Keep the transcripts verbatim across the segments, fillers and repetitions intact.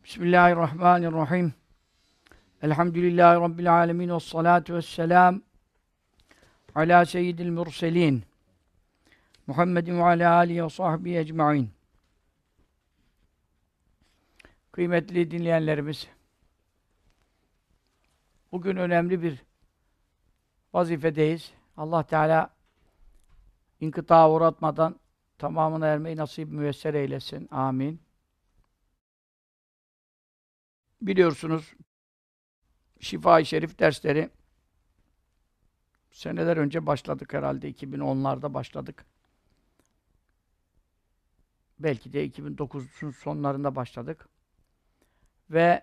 Bismillahirrahmanirrahim. Elhamdülillahi Rabbil alemin. Vessalatu vesselam ala seyyidil murselin. Muhammedin ve ala alihi ve sahbihi ecma'in. Kıymetli dinleyenlerimiz, bugün önemli bir vazifedeyiz. Allah Teala inkıtağa uğratmadan tamamına ermeyi nasip müyesser eylesin. Amin. Biliyorsunuz, Şifa-i Şerif dersleri seneler önce başladık herhalde. iki bin onlarda başladık. Belki de iki bin dokuzun sonlarında başladık. Ve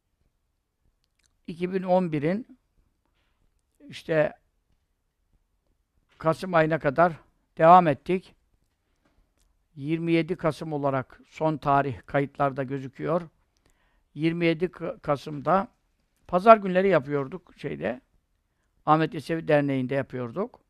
iki bin on birin işte Kasım ayına kadar devam ettik. yirmi yedi Kasım olarak son tarih kayıtlarda gözüküyor. yirmi yedi Kasım'da pazar günleri yapıyorduk şeyde. Ahmet Yesevi Derneği'nde yapıyorduk.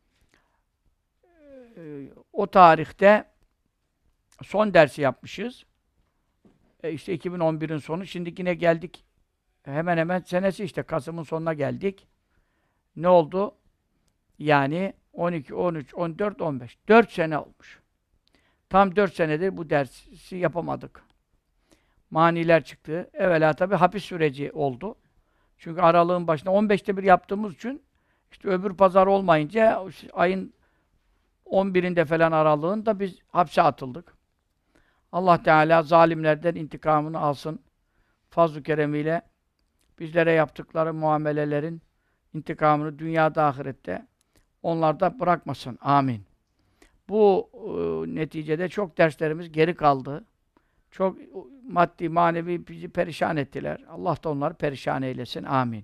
Ee, o tarihte son dersi yapmışız. E işte iki bin on birin sonu. Şimdi yine geldik. Hemen hemen senesi işte Kasım'ın sonuna geldik. Ne oldu? Yani on iki, on üç, on dört, on beş. dört sene olmuş. Tam dört senedir bu dersi yapamadık. Maniler çıktı. Evvela tabii hapis süreci oldu. Çünkü aralığın başında on beşte bir yaptığımız için işte öbür pazar olmayınca ayın on birinde falan aralığında biz hapse atıldık. Allah Teala zalimlerden intikamını alsın. Fazl-ı keremiyle bizlere yaptıkları muamelelerin intikamını dünyada ahirette onlarda bırakmasın. Amin. Bu e, neticede çok derslerimiz geri kaldı. Çok maddi, manevi bizi perişan ettiler. Allah da onları perişan eylesin. Amin.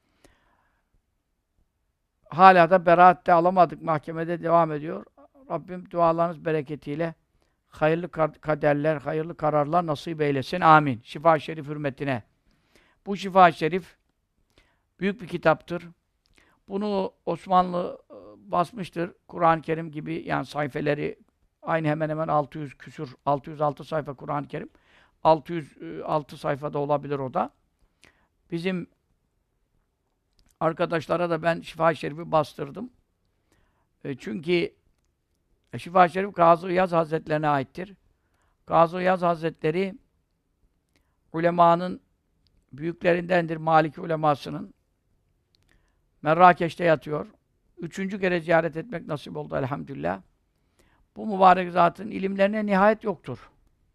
Hala da beraat de alamadık. Mahkemede devam ediyor. Rabbim dualarınız bereketiyle hayırlı kaderler, hayırlı kararlar nasip eylesin. Amin. Şifa-i Şerif hürmetine. Bu Şifa-i Şerif büyük bir kitaptır. Bunu Osmanlı basmıştır. Kur'an-ı Kerim gibi yani sayfeleri aynı hemen hemen altı yüz küsur, altı yüz altı sayfa Kur'an-ı Kerim. altı yüz altı sayfada olabilir o da. Bizim arkadaşlara da ben Şifa-i Şerif'i bastırdım. E çünkü Şifa-i Şerif Gazı İyaz Hazretlerine aittir. Gazı İyaz Hazretleri ulemanın büyüklerindendir, Maliki ulemasının. Merrakeş'te yatıyor. Üçüncü kere ziyaret etmek nasip oldu elhamdülillah. Bu mübarek zatın ilimlerine nihayet yoktur.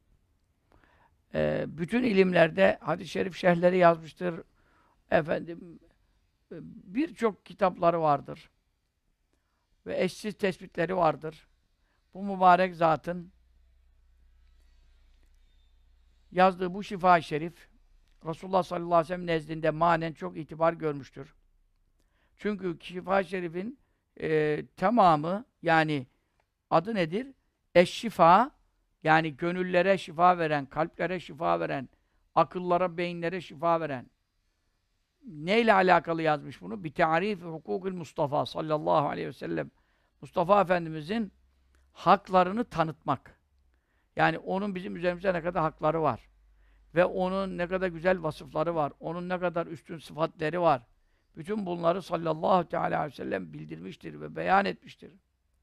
Ee, bütün ilimlerde hadis-i şerif şerhleri yazmıştır. Efendim, birçok kitapları vardır. Ve eşsiz tespitleri vardır. Bu mübarek zatın yazdığı bu Şifa-i Şerif Resulullah sallallahu aleyhi ve sellem nezdinde manen çok itibar görmüştür. Çünkü Şifa-i Şerif'in e, tamamı yani adı nedir? Eşşifa, yani gönüllere şifa veren, kalplere şifa veren, akıllara, beyinlere şifa veren. Neyle alakalı yazmış bunu? Bi-te'arif hukukul Mustafa sallallahu aleyhi ve sellem. Mustafa Efendimizin haklarını tanıtmak. Yani onun bizim üzerimizde ne kadar hakları var. Ve onun ne kadar güzel vasıfları var. Onun ne kadar üstün sıfatları var. Bütün bunları sallallahu teala aleyhi ve sellem bildirmiştir ve beyan etmiştir.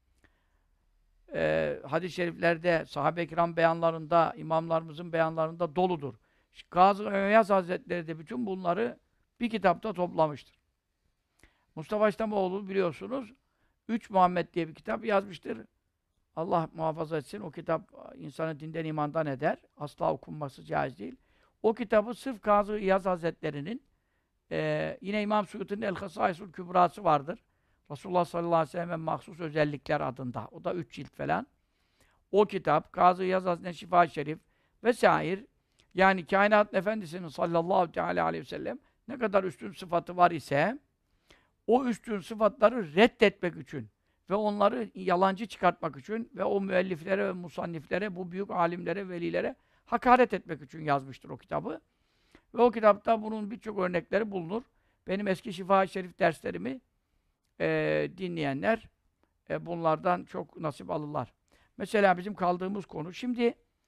Ee, hadis-i şeriflerde, sahabe-i kiram beyanlarında, imamlarımızın beyanlarında doludur. Gazı İyaz Hazretleri de bütün bunları bir kitapta toplamıştır. Mustafa İslamoğlu biliyorsunuz, Üç Muhammed diye bir kitap yazmıştır. Allah muhafaza etsin, o kitap insanı dinden imandan eder. Asla okunması caiz değil. O kitabı sırf Gazı İyaz Hazretleri'nin Ee, yine İmam Suyuti'nin El-Hasaisul Kübrası vardır. Resulullah sallallahu aleyhi ve sellem'e mahsus özellikler adında. O da üç cilt falan. O kitap, Gazı İyaz Hazretleri Şifa-i Şerif vesaire. Yani kainat efendisinin sallallahu teala aleyhi ve sellem ne kadar üstün sıfatı var ise o üstün sıfatları reddetmek için ve onları yalancı çıkartmak için ve o müelliflere ve musanniflere, bu büyük alimlere, velilere hakaret etmek için yazmıştır o kitabı. Ve o kitapta bunun birçok örnekleri bulunur. Benim eski Şifa-i Şerif derslerimi e, dinleyenler e, bunlardan çok nasip alırlar. Mesela bizim kaldığımız konu, şimdi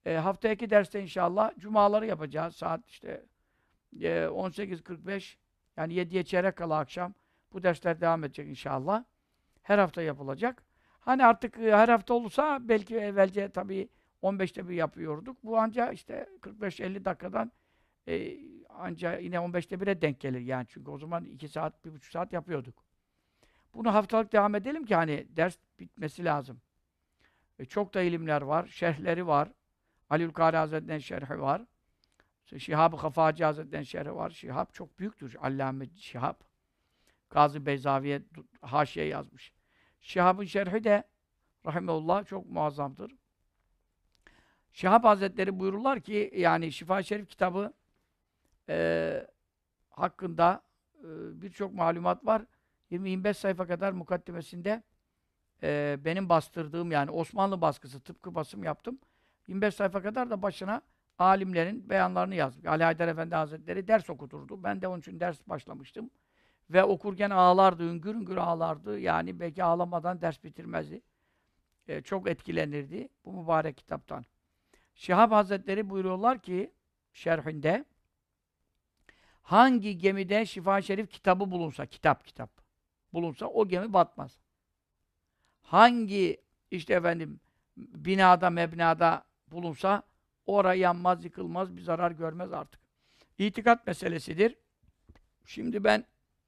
E, haftaki derste inşallah cumaları yapacağız. Saat işte e, on sekiz kırk beş, yani yediye çeyrek kala akşam bu dersler devam edecek inşallah. Her hafta yapılacak. Hani artık e, her hafta olursa belki evvelce tabii on beşte bir yapıyorduk. Bu anca işte kırk beş elli dakikadan e, anca yine on beşte bire denk gelir yani. Çünkü o zaman iki saat, bir buçuk saat yapıyorduk. Bunu haftalık devam edelim ki hani ders bitmesi lazım. E, çok da ilimler var, şerhleri var. Aliülkari Hazretleri'nin şerhi var. Şihab-ı Hafaci Hazretleri'nin şerhi var. Şihab çok büyüktür. Allame Şihab. Gazi Beyzavi'ye haşiye yazmış. Şihab'ın şerhi de rahimeullah çok muazzamdır. Şihab Hazretleri buyururlar ki yani Şifa-i Şerif kitabı e, hakkında e, birçok malumat var. yirmi yirmi beş sayfa kadar mukaddimesinde e, benim bastırdığım yani Osmanlı baskısı tıpkı basım yaptım. yirmi beş sayfa kadar da başına alimlerin beyanlarını yazdım. Ali Haydar Efendi Hazretleri ders okuturdu. Ben de onun için ders başlamıştım. Ve okurken ağlardı, hüngür hüngür ağlardı. Yani belki ağlamadan ders bitirmezdi. E, çok etkilenirdi bu mübarek kitaptan. Şihab Hazretleri buyuruyorlar ki şerhinde hangi gemide Şifa-i Şerif kitabı bulunsa, kitap kitap bulunsa o gemi batmaz. Hangi işte efendim binada, mebnada bulunsa oraya yanmaz, yıkılmaz, bir zarar görmez artık. İtikat meselesidir. Şimdi ben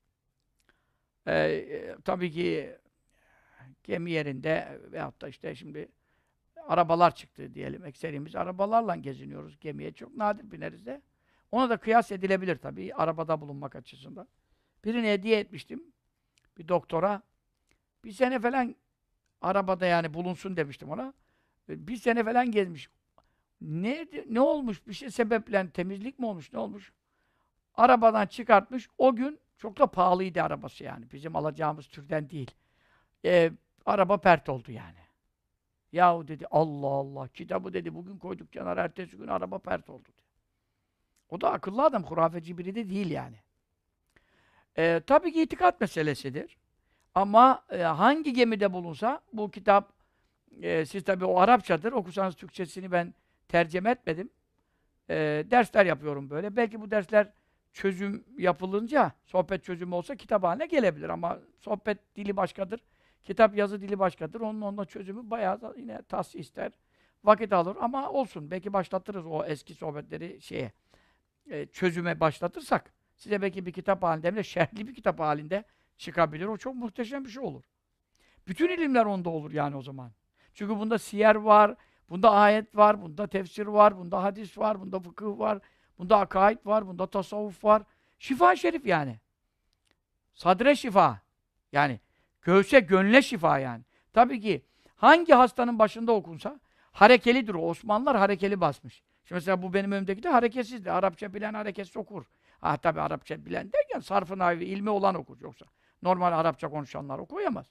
e, e, tabii ki gemi yerinde veyahut da işte şimdi arabalar çıktı diyelim. Ekserimiz arabalarla geziniyoruz. Gemiye çok nadir bineriz de. Ona da kıyas edilebilir tabii arabada bulunmak açısından. Birini hediye etmiştim. Bir doktora. Bir sene falan arabada yani bulunsun demiştim ona. Bir sene falan gezmiş. Ne, ne olmuş? Bir şey sebeple temizlik mi olmuş? Ne olmuş? Arabadan çıkartmış. O gün çok da pahalıydı arabası yani. Bizim alacağımız türden değil. Ee, araba pert oldu yani. Yahu dedi Allah Allah. Kitabı dedi bugün koyduk kenara ertesi gün araba pert oldu. Dedi. O da akıllı adam. Hurafeci biri de değil yani. Ee, tabii ki itikat meselesidir. Ama e, hangi gemide bulunsa bu kitap e, siz tabii o Arapçadır. Okursanız Türkçesini ben tercüme etmedim. E, dersler yapıyorum böyle. Belki bu dersler çözüm yapılınca sohbet çözümü olsa kitap haline gelebilir ama sohbet dili başkadır. Kitap yazı dili başkadır. Onun onunla çözümü bayağı da yine tahsis ister. Vakit alır ama olsun. Belki başlatırız o eski sohbetleri şeye. E, çözüme başlatırsak size belki bir kitap halinde hem de şerhli bir kitap halinde çıkabilir. O çok muhteşem bir şey olur. Bütün ilimler onda olur yani o zaman. Çünkü bunda siyer var, bunda ayet var, bunda tefsir var, bunda hadis var, bunda fıkıh var, bunda akaid var, bunda tasavvuf var. Şifa-i Şerif yani. Sadre şifa. Yani göğse, gönle şifa yani. Tabii ki hangi hastanın başında okunsa harekelidir o. Osmanlılar harekeli basmış. Şimdi mesela bu benim önümdeki de hareketsizdi. Arapça bilen hareketsiz okur. Ha tabii Arapça bilen derken sarf-ı nahivi ilmi olan okur yoksa. Normal Arapça konuşanlar okuyamaz.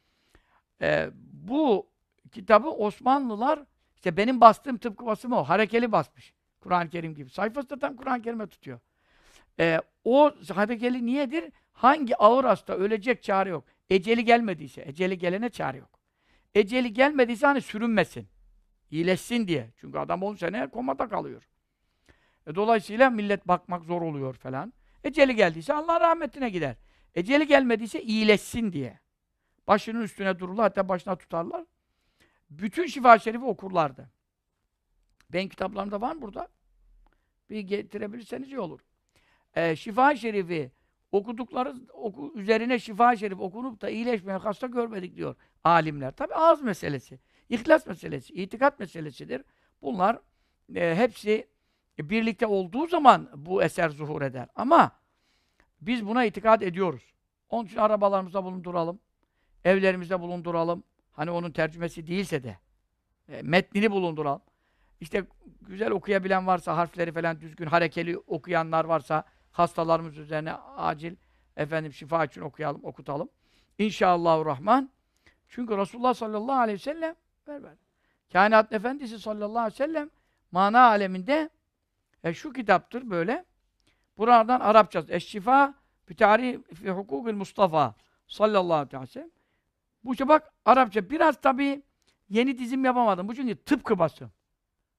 Ee, bu kitabı Osmanlılar işte benim bastığım tıpkı basımı o. Harekeli basmış. Kur'an-ı Kerim gibi. Sayfası da tam Kur'an-ı Kerim'e tutuyor. Ee, o harekeli niyedir? Hangi ağır hasta ölecek çare yok. Eceli gelmediyse, eceli gelene çare yok. Eceli gelmediyse hani sürünmesin. İyileşsin diye. Çünkü adam on sene komada kalıyor. E, dolayısıyla millet bakmak zor oluyor falan. Eceli geldiyse Allah rahmetine gider. Eceli gelmediyse iyileşsin diye. Başının üstüne dururlar, hatta başına tutarlar. Bütün Şifa-i Şerif'i okurlardı. Benim kitaplarımda var mı burada? Bir getirebilirseniz iyi olur. Ee, Şifa-i Şerif'i okudukları oku, üzerine Şifa-i Şerif okunup da iyileşmeyen hasta görmedik diyor alimler. Tabi ağız meselesi, ihlas meselesi, itikat meselesidir. Bunlar e, hepsi birlikte olduğu zaman bu eser zuhur eder. Ama biz buna itikad ediyoruz. Onun için arabalarımızda bulunduralım. Evlerimizde bulunduralım. Hani onun tercümesi değilse de e, metnini bulunduralım. İşte güzel okuyabilen varsa, harfleri falan düzgün, harekeli okuyanlar varsa hastalarımız üzerine acil efendim şifa için okuyalım, okutalım. İnşallahurrahman. Çünkü Resulullah sallallahu aleyhi ve sellem ver ver. Kainat Efendisi sallallahu aleyhi ve sellem mana aleminde e, şu kitaptır böyle. Buradan Arapça Eşşifa bi tarih fi hukukil Mustafa sallallahu aleyhi ve sellem. Bu işte bak Arapça biraz tabii yeni dizim yapamadım. Bu çünkü tıpkı basım.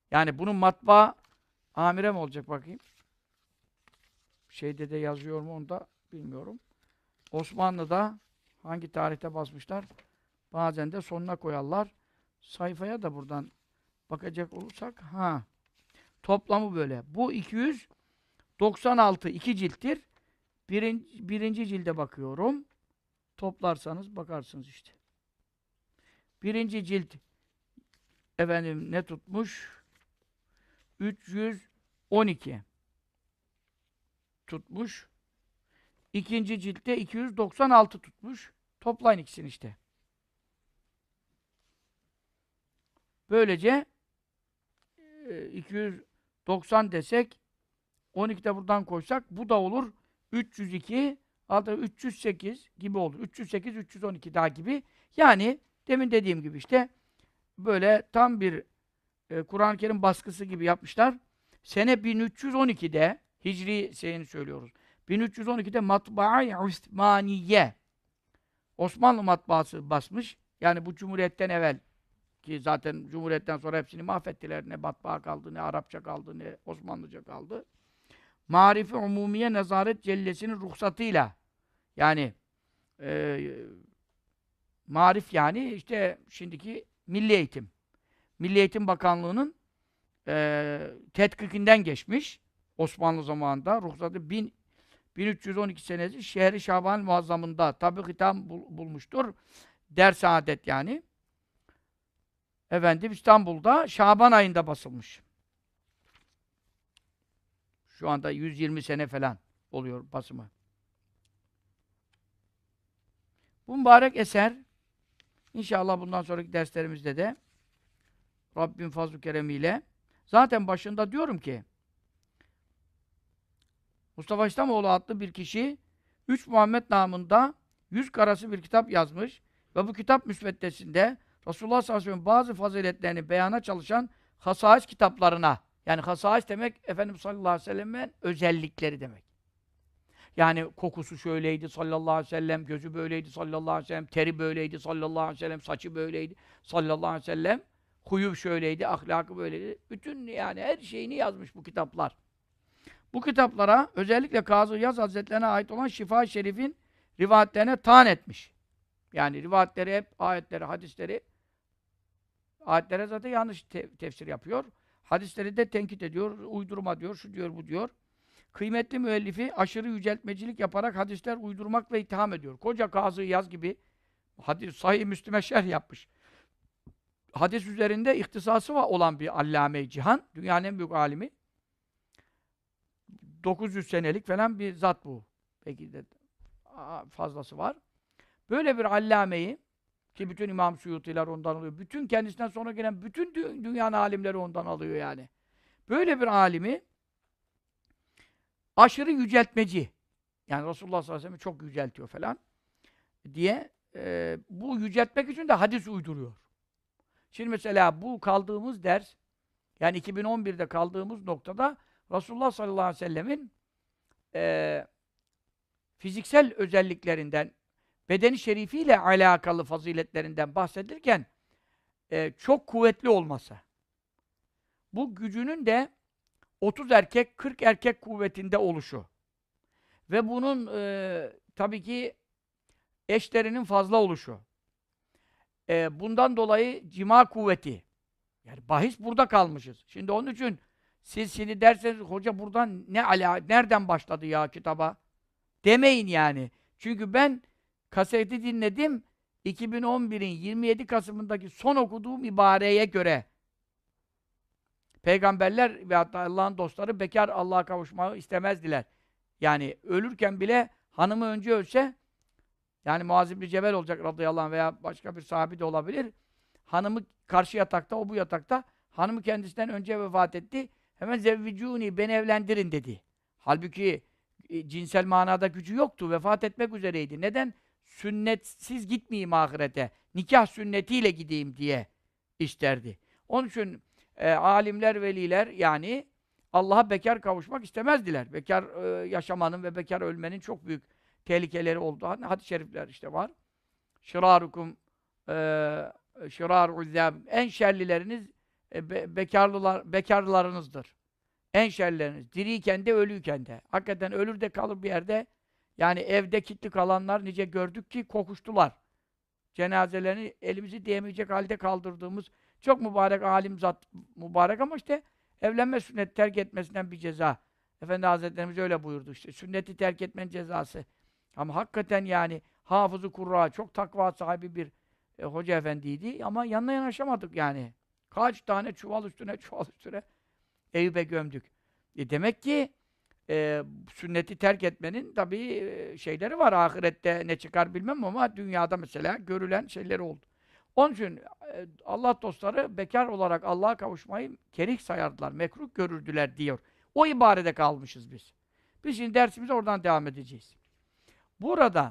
Yani bunun matbaa amire mi olacak bakayım? Şeyde de yazıyor mu onu da bilmiyorum. Osmanlı'da hangi tarihte basmışlar? Bazen de sonuna koyarlar. Sayfaya da buradan bakacak olursak ha. Toplamı böyle. Bu iki yüz doksan altı iki cilttir. Birinci, birinci cilde bakıyorum. Toplarsanız bakarsınız işte. Birinci cilt efendim ne tutmuş? üç yüz on iki tutmuş. İkinci ciltte iki yüz doksan altı tutmuş. Toplayın ikisini işte. Böylece iki yüz doksan desek on iki de buradan koysak bu da olur. üç yüz iki altta üç yüz sekiz gibi olur. üç yüz sekiz üç yüz on iki daha gibi. Yani demin dediğim gibi işte böyle tam bir e, Kur'an-ı Kerim baskısı gibi yapmışlar. Sene bin üç yüz on ikide Hicri seyini söylüyoruz. bin üç yüz on ikide Matbaa-i Osmaniye Osmanlı matbaası basmış. Yani bu Cumhuriyet'ten evvel ki zaten Cumhuriyet'ten sonra hepsini mahvettiler. Ne matbaa kaldı, ne Arapça kaldı, ne Osmanlıca kaldı. Marifi Umumiye Nezaret Cellesi'nin ruhsatıyla yani e, marif yani işte şimdiki Milli Eğitim. Milli Eğitim Bakanlığı'nın e, tetkikinden geçmiş. Osmanlı zamanında ruhsatı bin, bin üç yüz on iki senesi Şehri Şaban Muazzam'ında tabi hitam bul, bulmuştur. Ders adet yani. Efendim İstanbul'da Şaban ayında basılmış. Şu anda yüz yirmi sene falan oluyor basımı. Bu mübarek eser inşallah bundan sonraki derslerimizde de Rabbim fazl-ı keremiyle zaten başında diyorum ki Mustafa İslamoğlu adlı bir kişi Üç Muhammed namında yüz karası bir kitap yazmış ve bu kitap müsveddesinde Resulullah sallallahu aleyhi ve sellem bazı faziletlerini beyana çalışan hasais kitaplarına yani hasais demek Efendimiz sallallahu aleyhi ve sellem'in özellikleri demek. Yani kokusu şöyleydi sallallahu aleyhi ve sellem, gözü böyleydi sallallahu aleyhi ve sellem, teri böyleydi sallallahu aleyhi ve sellem, saçı böyleydi sallallahu aleyhi ve sellem, huyu şöyleydi, ahlakı böyleydi. Bütün yani her şeyini yazmış bu kitaplar. Bu kitaplara özellikle Kazı Yaz Hazretlerine ait olan Şifa-i Şerif'in rivayetlerine taan etmiş. Yani rivayetleri hep ayetleri, hadisleri ayetlere zaten yanlış te tefsir yapıyor. Hadisleri de tenkit ediyor, uydurma diyor, şu diyor, bu diyor. Kıymetli müellifi aşırı yüceltmecilik yaparak hadisler uydurmakla itham ediyor. Koca Kazı Yaz gibi hadis, Sahih Müslim'e şerh yapmış. Hadis üzerinde ihtisası olan bir allame-i cihan, dünyanın en büyük alimi. dokuz yüz senelik falan bir zat bu. Peki de fazlası var. Böyle bir allameyi ki bütün İmam Suyutiler ondan alıyor. Bütün kendisinden sonra gelen bütün dü dünyanın alimleri ondan alıyor yani. Böyle bir alimi aşırı yüceltmeci. Yani Resulullah sallallahu aleyhi ve sellem çok yüceltiyor falan diye e, bu yüceltmek için de hadis uyduruyor. Şimdi mesela bu kaldığımız ders yani iki bin on birde kaldığımız noktada Resulullah sallallahu aleyhi ve sellemin e, fiziksel özelliklerinden, bedeni şerifiyle alakalı faziletlerinden bahsedilirken e, çok kuvvetli olması. Bu gücünün de otuz erkek, kırk erkek kuvvetinde oluşu. Ve bunun e, tabii ki eşlerinin fazla oluşu. E, bundan dolayı cima kuvveti. Yani bahis burada kalmışız. Şimdi onun için siz şimdi derseniz hoca buradan ne ala, nereden başladı ya kitaba? Demeyin yani. Çünkü ben kaseti dinledim. iki bin on birin yirmi yedi Kasım'ındaki son okuduğum ibareye göre peygamberler ve hatta Allah'ın dostları bekar Allah'a kavuşmayı istemezdiler. Yani ölürken bile hanımı önce ölse yani Muaz İbni Cebel olacak radıyallahu anh veya başka bir sahabi de olabilir. Hanımı karşı yatakta, o bu yatakta. Hanımı kendisinden önce vefat etti. Hemen zevvicûni, beni evlendirin dedi. Halbuki e, cinsel manada gücü yoktu. Vefat etmek üzereydi. Neden? Sünnetsiz gitmeyeyim ahirete. Nikah sünnetiyle gideyim diye isterdi. Onun için e, alimler, veliler yani Allah'a bekar kavuşmak istemezdiler. Bekar e, yaşamanın ve bekar ölmenin çok büyük tehlikeleri oldu. Hadis-i şerifler işte var. Şirarukum e, şirâru'l-zâb en şerlileriniz e, be, bekarlılar, bekarlarınızdır. En şerleriniz. Diriyken de ölüyken de. Hakikaten ölür de kalır bir yerde. Yani evde kilitli kalanlar nice gördük ki kokuştular. Cenazelerini elimizi diyemeyecek halde kaldırdığımız çok mübarek alim zat mübarek ama işte evlenme sünneti terk etmesinden bir ceza. Efendi Hazretlerimiz öyle buyurdu işte. Sünneti terk etmenin cezası. Ama hakikaten yani hafızı kurra, çok takva sahibi bir e, hoca efendiydi ama yanına yanaşamadık yani. Kaç tane çuval üstüne çuval üstüne Eyüp'e gömdük. E demek ki e, sünneti terk etmenin tabii e, şeyleri var. Ahirette ne çıkar bilmem ama dünyada mesela görülen şeyleri oldu. Onun için e, Allah dostları bekar olarak Allah'a kavuşmayı kerih sayardılar, mekruh görürdüler diyor. O ibarede kalmışız biz. Biz şimdi dersimize oradan devam edeceğiz. Burada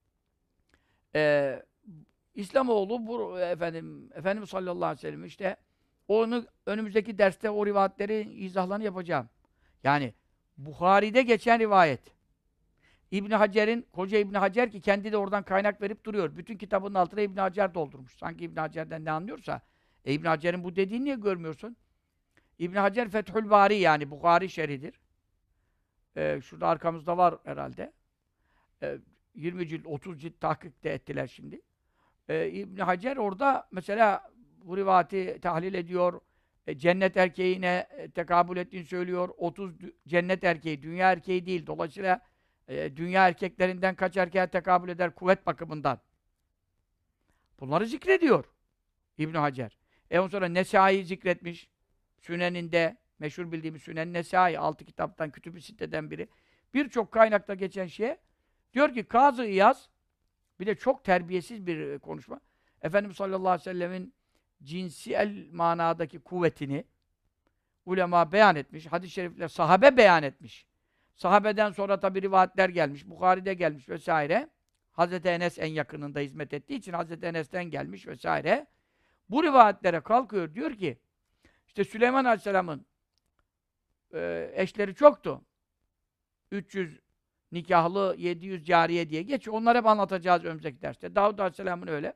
e, İslamoğlu bu efendim Efendimiz sallallahu aleyhi ve sellem işte onu önümüzdeki derste o rivayetleri izahlarını yapacağım. Yani Buhari'de geçen rivayet. İbn Hacer'in, koca İbn Hacer ki kendi de oradan kaynak verip duruyor. Bütün kitabının altına İbn Hacer doldurmuş. Sanki İbn Hacer'den ne anlıyorsa. E İbn Hacer'in bu dediğini niye görmüyorsun? İbn Hacer Fethül Bari yani Buhari şerhidir. Ee, şurada arkamızda var herhalde. Ee, yirmi cilt, otuz cilt tahkik de ettiler şimdi. Ee, İbn Hacer orada mesela bu rivayeti tahlil ediyor. E, cennet erkeğine e, tekabül ettiğini söylüyor. otuz cennet erkeği, dünya erkeği değil. Dolayısıyla e, dünya erkeklerinden kaç erkeğe tekabül eder kuvvet bakımından. Bunları zikrediyor İbn Hacer. E ondan sonra Nesai'yi zikretmiş. Süneninde, meşhur bildiğimiz Sünen Nesai, altı kitaptan, Kütüb-i Sitte'den biri. Birçok kaynakta geçen şeye diyor ki Kazı İyaz, bir de çok terbiyesiz bir konuşma. Efendimiz sallallahu aleyhi ve sellemin cinsiyel manadaki kuvvetini ulema beyan etmiş. Hadis-i şerifler sahabe beyan etmiş. Sahabeden sonra tabi rivayetler gelmiş. Bukhari'de gelmiş vesaire. Hazreti Enes en yakınında hizmet ettiği için Hazreti Enes'ten gelmiş vesaire. Bu rivayetlere kalkıyor diyor ki işte Süleyman Aleyhisselam'ın e, eşleri çoktu. üç yüz nikahlı, yedi yüz cariye diye geç. Onları hep anlatacağız önümüzdeki derste. Davud Aleyhisselam'ın öyle.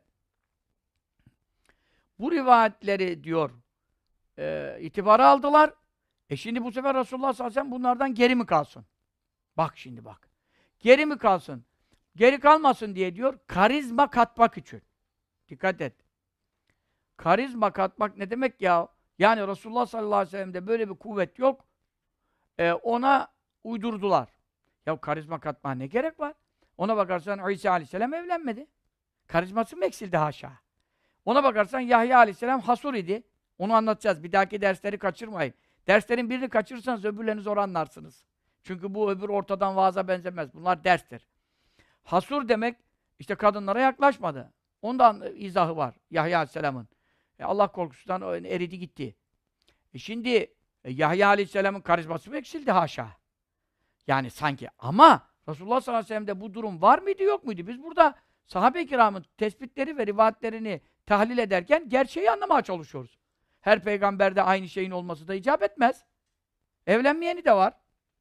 Bu rivayetleri diyor e, itibara aldılar. E şimdi bu sefer Resulullah sallallahu aleyhi ve sellem bunlardan geri mi kalsın? Bak şimdi bak. Geri mi kalsın? Geri kalmasın diye diyor, karizma katmak için. Dikkat et. Karizma katmak ne demek ya? Yani Resulullah sallallahu aleyhi ve sellem'de böyle bir kuvvet yok. E, ona uydurdular. Ya karizma katma ne gerek var? Ona bakarsan İsa aleyhisselam evlenmedi. Karizması mı eksildi haşa? Ona bakarsan Yahya aleyhisselam hasur idi. Onu anlatacağız. Bir dahaki dersleri kaçırmayın. Derslerin birini kaçırırsanız öbürlerini zor anlarsınız. Çünkü bu öbür ortadan vaaza benzemez. Bunlar derstir. Hasur demek işte kadınlara yaklaşmadı. Ondan izahı var Yahya aleyhisselamın. E Allah korkusundan eridi gitti. E şimdi e, Yahya aleyhisselamın karizması mı eksildi haşa? Yani sanki ama Resulullah sallallahu aleyhi ve sellem'de bu durum var mıydı yok muydu? Biz burada sahabe-i kiramın tespitleri ve rivayetlerini tahlil ederken gerçeği anlamaya çalışıyoruz. Her peygamberde aynı şeyin olması da icap etmez. Evlenmeyeni de var.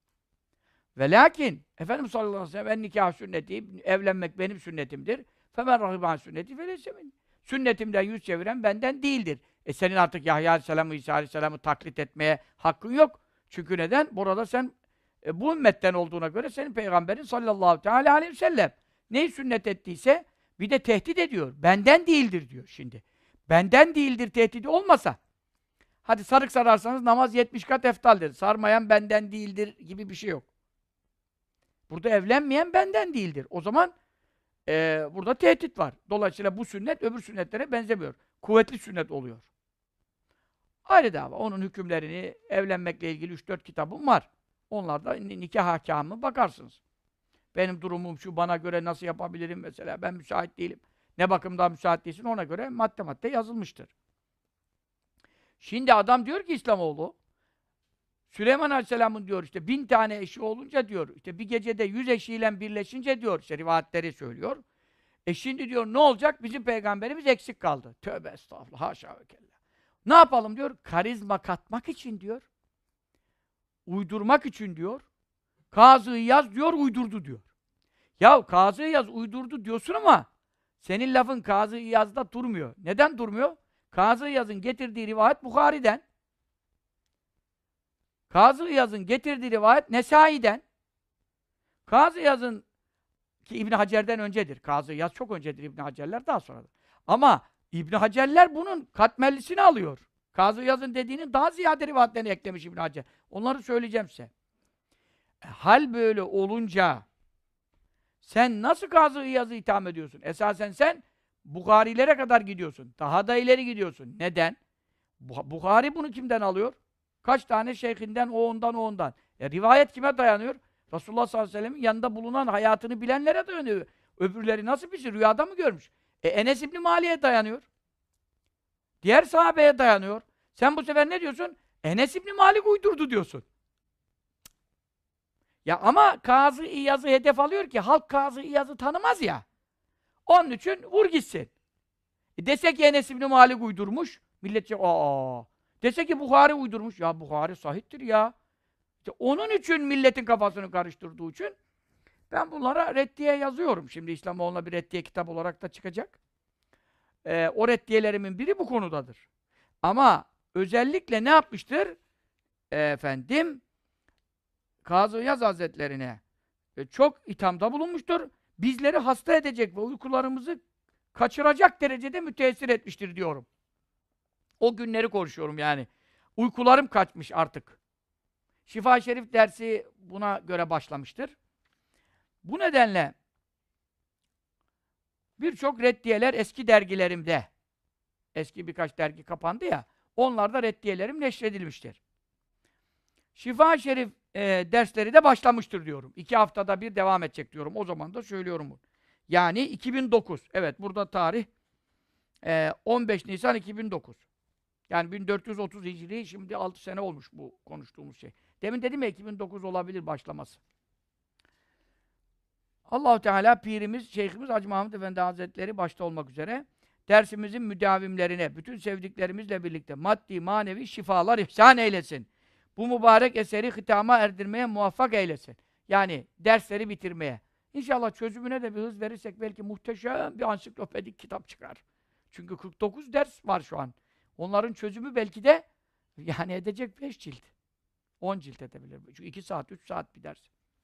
Ve lakin Efendimiz sallallahu aleyhi ve sellem en nikah sünneti, evlenmek benim sünnetimdir. Femen rahiban sünneti feleysemin. Sünnetimden yüz çeviren benden değildir. E senin artık Yahya aleyhisselamı, İsa aleyhisselamı taklit etmeye hakkın yok. Çünkü neden? Burada sen e, bu ümmetten olduğuna göre senin peygamberin sallallahu teala aleyhi ve sellem neyi sünnet ettiyse bir de tehdit ediyor. Benden değildir diyor şimdi. Benden değildir tehdidi olmasa hadi sarık sararsanız namaz yetmiş kat eftaldir. Sarmayan benden değildir gibi bir şey yok. Burada evlenmeyen benden değildir. O zaman e, burada tehdit var. Dolayısıyla bu sünnet öbür sünnetlere benzemiyor. Kuvvetli sünnet oluyor. Ayrı dava. Onun hükümlerini evlenmekle ilgili üç dört kitabım var. Onlarda nikah ahkamı bakarsınız. Benim durumum şu, bana göre nasıl yapabilirim mesela. Ben müsait değilim. Ne bakımdan müsait değilsin ona göre madde madde yazılmıştır. Şimdi adam diyor ki İslamoğlu, Süleyman Aleyhisselam'ın diyor işte bin tane eşi olunca diyor, işte bir gecede yüz eşiyle birleşince diyor, işte rivayetleri söylüyor. E şimdi diyor ne olacak? Bizim peygamberimiz eksik kaldı. Tövbe estağfurullah, haşa ve kella. Ne yapalım diyor? Karizma katmak için diyor. Uydurmak için diyor. Kazı İyaz diyor, uydurdu diyor. Ya Kazı İyaz uydurdu diyorsun ama senin lafın Kazı İyaz'da durmuyor. Neden durmuyor? Kazı İyaz'ın getirdiği rivayet Bukhari'den. Kazı İyaz'ın getirdiği rivayet Nesai'den. Kazı İyaz'ın ki İbn Hacer'den öncedir. Kazı İyaz çok öncedir, İbn Hacer'ler daha sonradır. Ama İbn Hacer'ler bunun katmerlisini alıyor. Kazı İyaz'ın dediğinin daha ziyade rivayetlerini eklemiş İbn Hacer. Onları söyleyeceğim size. E, hal böyle olunca sen nasıl Kazı İyaz'ı itham ediyorsun? Esasen sen Bukhari'lere kadar gidiyorsun. Daha da ileri gidiyorsun. Neden? Bukhari bunu kimden alıyor? Kaç tane şeyhinden, o ondan, o ondan. E, rivayet kime dayanıyor? Resulullah sallallahu aleyhi ve sellem'in yanında bulunan, hayatını bilenlere dayanıyor. Öbürleri nasıl bir şey? Rüyada mı görmüş? E, Enes İbni Mali'ye dayanıyor. Diğer sahabeye dayanıyor. Sen bu sefer ne diyorsun? Enes İbni Malik uydurdu diyorsun. Ya ama Kazı İyaz'ı hedef alıyor ki halk Kazı İyaz'ı tanımaz ya. Onun için vur gitsin. E dese ki Enes İbni Malik uydurmuş, millet diyor, aa. Dese ki Bukhari uydurmuş, ya Bukhari sahihtir ya. İşte onun için milletin kafasını karıştırdığı için ben bunlara reddiye yazıyorum. Şimdi İslamoğlu'na bir reddiye kitap olarak da çıkacak. Ee, o reddiyelerimin biri bu konudadır. Ama özellikle ne yapmıştır? Ee, efendim, Kazı İyaz Hazretlerine e, çok ithamda bulunmuştur. Bizleri hasta edecek ve uykularımızı kaçıracak derecede müteessir etmiştir diyorum. O günleri konuşuyorum yani. Uykularım kaçmış artık. Şifa-i Şerif dersi buna göre başlamıştır. Bu nedenle birçok reddiyeler eski dergilerimde, eski birkaç dergi kapandı ya, onlarda reddiyelerim neşredilmiştir. Şifa-i Şerif e, dersleri de başlamıştır diyorum. İki haftada bir devam edecek diyorum. O zaman da söylüyorum bunu. Yani iki bin dokuz. Evet, burada tarih e, on beş Nisan iki bin dokuz. Yani bin dört yüz otuz Hicri, şimdi altı sene olmuş bu konuştuğumuz şey. Demin dedim ya iki bin dokuz olabilir başlaması. Allah-u Teala pirimiz, şeyhimiz Hacı Mahmud Efendi Hazretleri başta olmak üzere dersimizin müdavimlerine, bütün sevdiklerimizle birlikte maddi, manevi şifalar ihsan eylesin. Bu mübarek eseri hitama erdirmeye muvaffak eylesin. Yani dersleri bitirmeye. İnşallah çözümüne de bir hız verirsek belki muhteşem bir ansiklopedik kitap çıkar. Çünkü kırk dokuz ders var şu an. Onların çözümü belki de yani edecek beş cilt. on cilt edebilir. Çünkü iki saat, üç saat bir ders.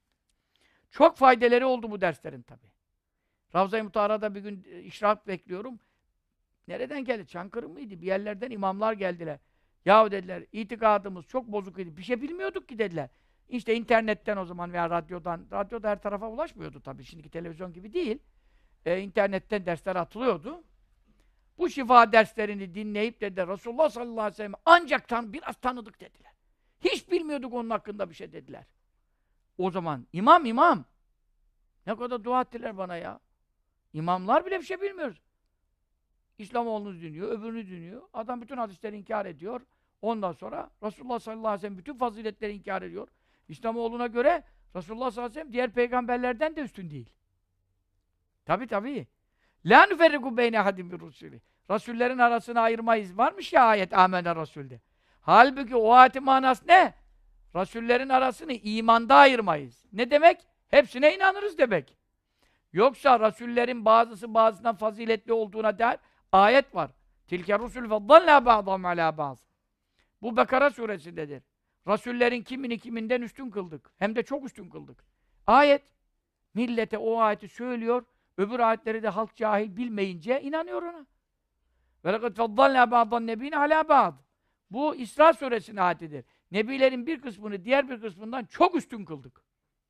Çok faydeleri oldu bu derslerin tabi. Ravza-i Mutahara'da bir gün işrak bekliyorum. Nereden geldi? Çankırı mıydı? Bir yerlerden imamlar geldiler. Yahu dediler, itikadımız çok bozuk idi. Bir şey bilmiyorduk ki dediler. İşte internetten o zaman veya radyodan, radyoda her tarafa ulaşmıyordu tabii. Şimdiki televizyon gibi değil. Ee, internetten dersler atılıyordu. Bu şifa derslerini dinleyip dediler, Resulullah sallallahu aleyhi ve sellem ancak tan biraz tanıdık dediler. Hiç bilmiyorduk onun hakkında bir şey dediler. O zaman imam imam. Ne kadar dua ettiler bana ya. İmamlar bile bir şey bilmiyoruz. İslamoğlu'nu dinliyor, öbürünü dinliyor. Adam bütün hadisleri inkar ediyor. Ondan sonra Resulullah sallallahu aleyhi ve sellem bütün faziletleri inkar ediyor. İslamoğlu'na göre Resulullah sallallahu aleyhi ve sellem diğer peygamberlerden de üstün değil. Tabi tabi. La nüferriku beyne hadim bir rusulü. Rasullerin arasını ayırmayız. Varmış ya ayet Âmene Rasul'de. Halbuki o ayetin manası ne? Rasullerin arasını imanda ayırmayız. Ne demek? Hepsine inanırız demek. Yoksa Rasullerin bazısı bazısından faziletli olduğuna dair ayet var. Tilke rusul feddallâ ba'dahum alâ ba'd. Bu Bekara suresindedir. Rasullerin kimini kiminden üstün kıldık. Hem de çok üstün kıldık. Ayet. Millete o ayeti söylüyor. Öbür ayetleri de halk cahil bilmeyince inanıyor ona. Ve lekad feddallâ ba'dan nebîne alâ ba'd. Bu İsra suresinin ayetidir. Nebilerin bir kısmını diğer bir kısmından çok üstün kıldık.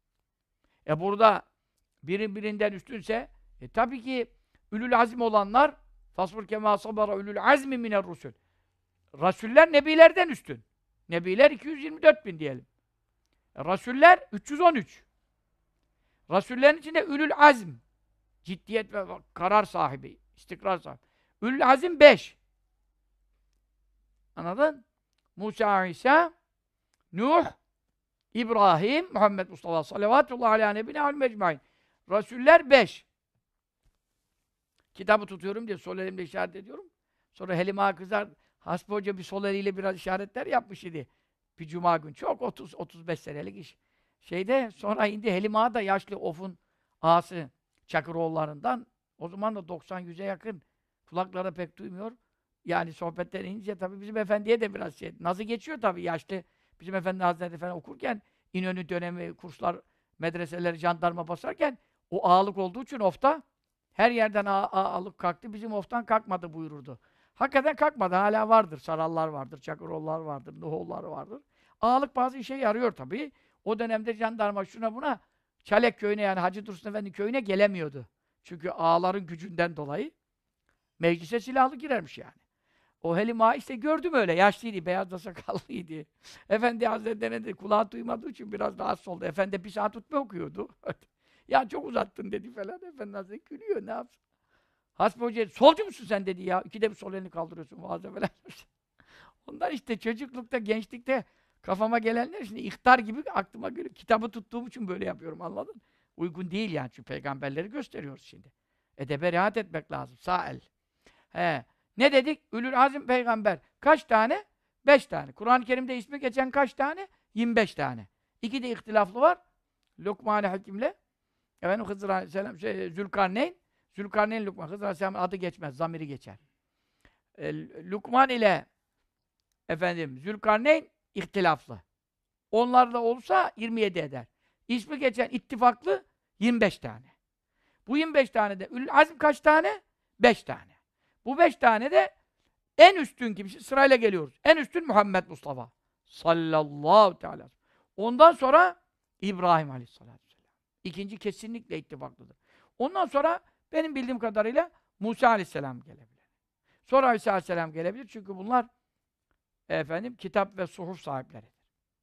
E burada biri birinden üstünse e tabii ki ülül azim olanlar fasbur kemâ sabara ülül azmi miner rusul. Rasuller nebilerden üstün. Nebiler iki yüz yirmi dört bin diyelim. E, Rasuller üç yüz on üç. Rasullerin içinde ülül azm, ciddiyet ve karar sahibi, istikrar sahibi. Ülül azim beş. Anladın? Musa, İsa, Nuh, İbrahim, Muhammed Mustafa sallallahu aleyhi ve nebine mecmain. Rasuller beş. Kitabı tutuyorum diye sol elimle işaret ediyorum. Sonra Helima kızar, Hasbi Hoca bir sol eliyle biraz işaretler yapmış idi. Bir cuma gün. Çok otuz otuz beş senelik iş. Şeyde sonra indi Helima da yaşlı Of'un ağası Çakıroğullarından. O zaman da doksan yüze yakın. Kulakları pek duymuyor. Yani sohbetten inince tabii bizim efendiye de biraz şey, nazı geçiyor tabii yaşlı. Bizim efendi hazretleri falan okurken İnönü dönemi kurslar, medreseleri jandarma basarken o ağalık olduğu için ofta her yerden ağa, ağa alıp kalktı. Bizim oftan kalkmadı buyururdu. Hakikaten kalkmadı. Hala vardır. Sarallar vardır, Çakıroğullar vardır, Nuhoğullar vardır. Ağalık bazı işe yarıyor tabii. O dönemde jandarma şuna buna Çalek köyüne yani Hacı Dursun Efendi köyüne gelemiyordu. Çünkü ağaların gücünden dolayı meclise silahlı girermiş yani. O Helima işte gördüm öyle. Yaşlıydı, beyaz da sakallıydı. Efendi Hazretleri'ne de kulağı duymadığı için biraz rahatsız oldu. Efendi bir saat hutbe okuyordu. Ya çok uzattın dedi falan. Efendi Hazretleri gülüyor, ne yapsın? Hasbi Hoca, solcu musun sen dedi ya. İkide bir sol elini kaldırıyorsun vaazda falan. Ondan işte çocuklukta, gençlikte kafama gelenler şimdi ihtar gibi aklıma geliyor. Kitabı tuttuğum için böyle yapıyorum, anladın? Uygun değil yani çünkü peygamberleri gösteriyoruz şimdi. Edebe riayet etmek lazım. Sağ el. He. Ne dedik? Ülül azim peygamber. Kaç tane? Beş tane. Kur'an-ı Kerim'de ismi geçen kaç tane? yirmi beş tane. İki de ihtilaflı var. Lokman-ı Hakim'le efendim Hızır Aleyhisselam, şey, Zülkarneyn. Zülkarneyn Lukman. Hızır Aleyhisselam'ın adı geçmez. Zamiri geçer. E, Lukman ile efendim Zülkarneyn ihtilaflı. Onlarla olsa yirmi yedi eder. İsmi geçen ittifaklı yirmi beş tane. Bu yirmi beş tane de Ülül azim kaç tane? beş tane. Bu beş tane de en üstün kimse, sırayla geliyoruz. En üstün Muhammed Mustafa sallallahu teala. Ondan sonra İbrahim aleyhissalatü vesselam. İkinci kesinlikle ittifaklıdır. Ondan sonra benim bildiğim kadarıyla Musa aleyhisselam gelebilir. Sonra İsa aleyhisselam gelebilir. Çünkü bunlar efendim kitap ve suhuf sahipleridir.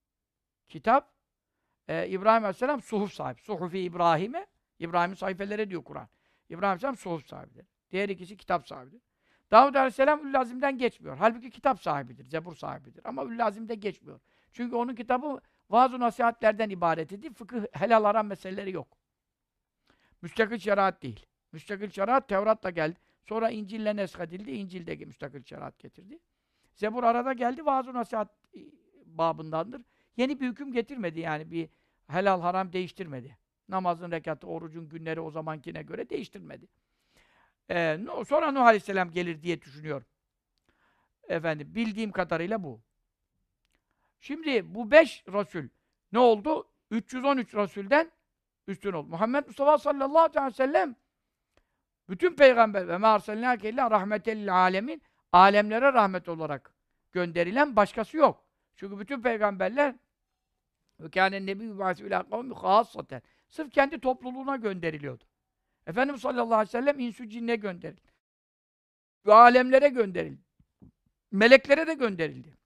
Kitap, e, İbrahim aleyhisselam suhuf sahibi. Suhufi İbrahim'e, İbrahim'in sayfeleri diyor Kur'an. İbrahim aleyhisselam suhuf sahibidir. Diğer ikisi kitap sahibidir. Davud aleyhisselam Ül Azim'den geçmiyor. Halbuki kitap sahibidir, Zebur sahibidir. Ama Ül Azim'de geçmiyor. Çünkü onun kitabı vaaz-ı nasihatlerden ibaret idi. Fıkıh, helal haram meseleleri yok. Müstakil şeriat değil. Müstakil şeriat Tevrat'la geldi. Sonra İncil'le neshedildi. İncil'de müstakil şeriat getirdi. Zebur arada geldi. Vaaz-ı nasihat babındandır. Yeni bir hüküm getirmedi yani. Bir helal haram değiştirmedi. Namazın rekatı, orucun günleri o zamankine göre değiştirmedi. Ee, sonra Nuh Aleyhisselam gelir diye düşünüyorum. Efendim, bildiğim kadarıyla bu. Şimdi bu beş Resul ne oldu? üç yüz on üç Resul'den üstün oldu. Muhammed Mustafa sallallahu aleyhi ve sellem bütün peygamber ve mâ arsalnâke illâ rahmetellil âlemin, alemlere rahmet olarak gönderilen başkası yok. Çünkü bütün peygamberler ve kânen nebiyyü bâsü ilâ kavmi hâssaten, sırf kendi topluluğuna gönderiliyordu. Efendimiz sallallahu aleyhi ve sellem insü cinne gönderildi. Ve alemlere gönderildi. Meleklere de gönderildi.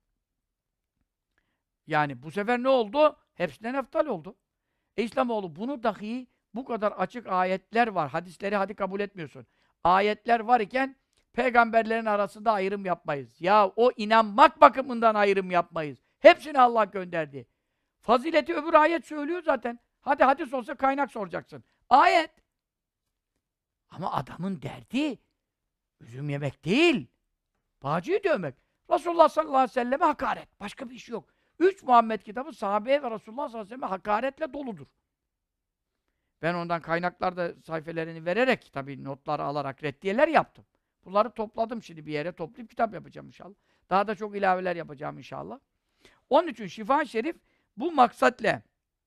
Yani bu sefer ne oldu? Hepsinden eftal oldu. E İslamoğlu bunu dahi bu kadar açık ayetler var. Hadisleri hadi kabul etmiyorsun. Ayetler var iken peygamberlerin arasında ayrım yapmayız. Ya o inanmak bakımından ayrım yapmayız. Hepsini Allah gönderdi. Fazileti öbür ayet söylüyor zaten. Hadi hadis olsa kaynak soracaksın. Ayet. Ama adamın derdi üzüm yemek değil. Bağcıyı dövmek. Resulullah sallallahu aleyhi ve selleme hakaret. Başka bir iş yok. Üç Muhammed kitabı sahabeye ve Resulullah sallallahu aleyhi ve selleme hakaretle doludur. Ben ondan kaynaklarda sayfelerini vererek, tabii notları alarak reddiyeler yaptım. Bunları topladım şimdi bir yere, toplayıp kitap yapacağım inşallah. Daha da çok ilaveler yapacağım inşallah. Onun için Şifa-i Şerif bu maksatla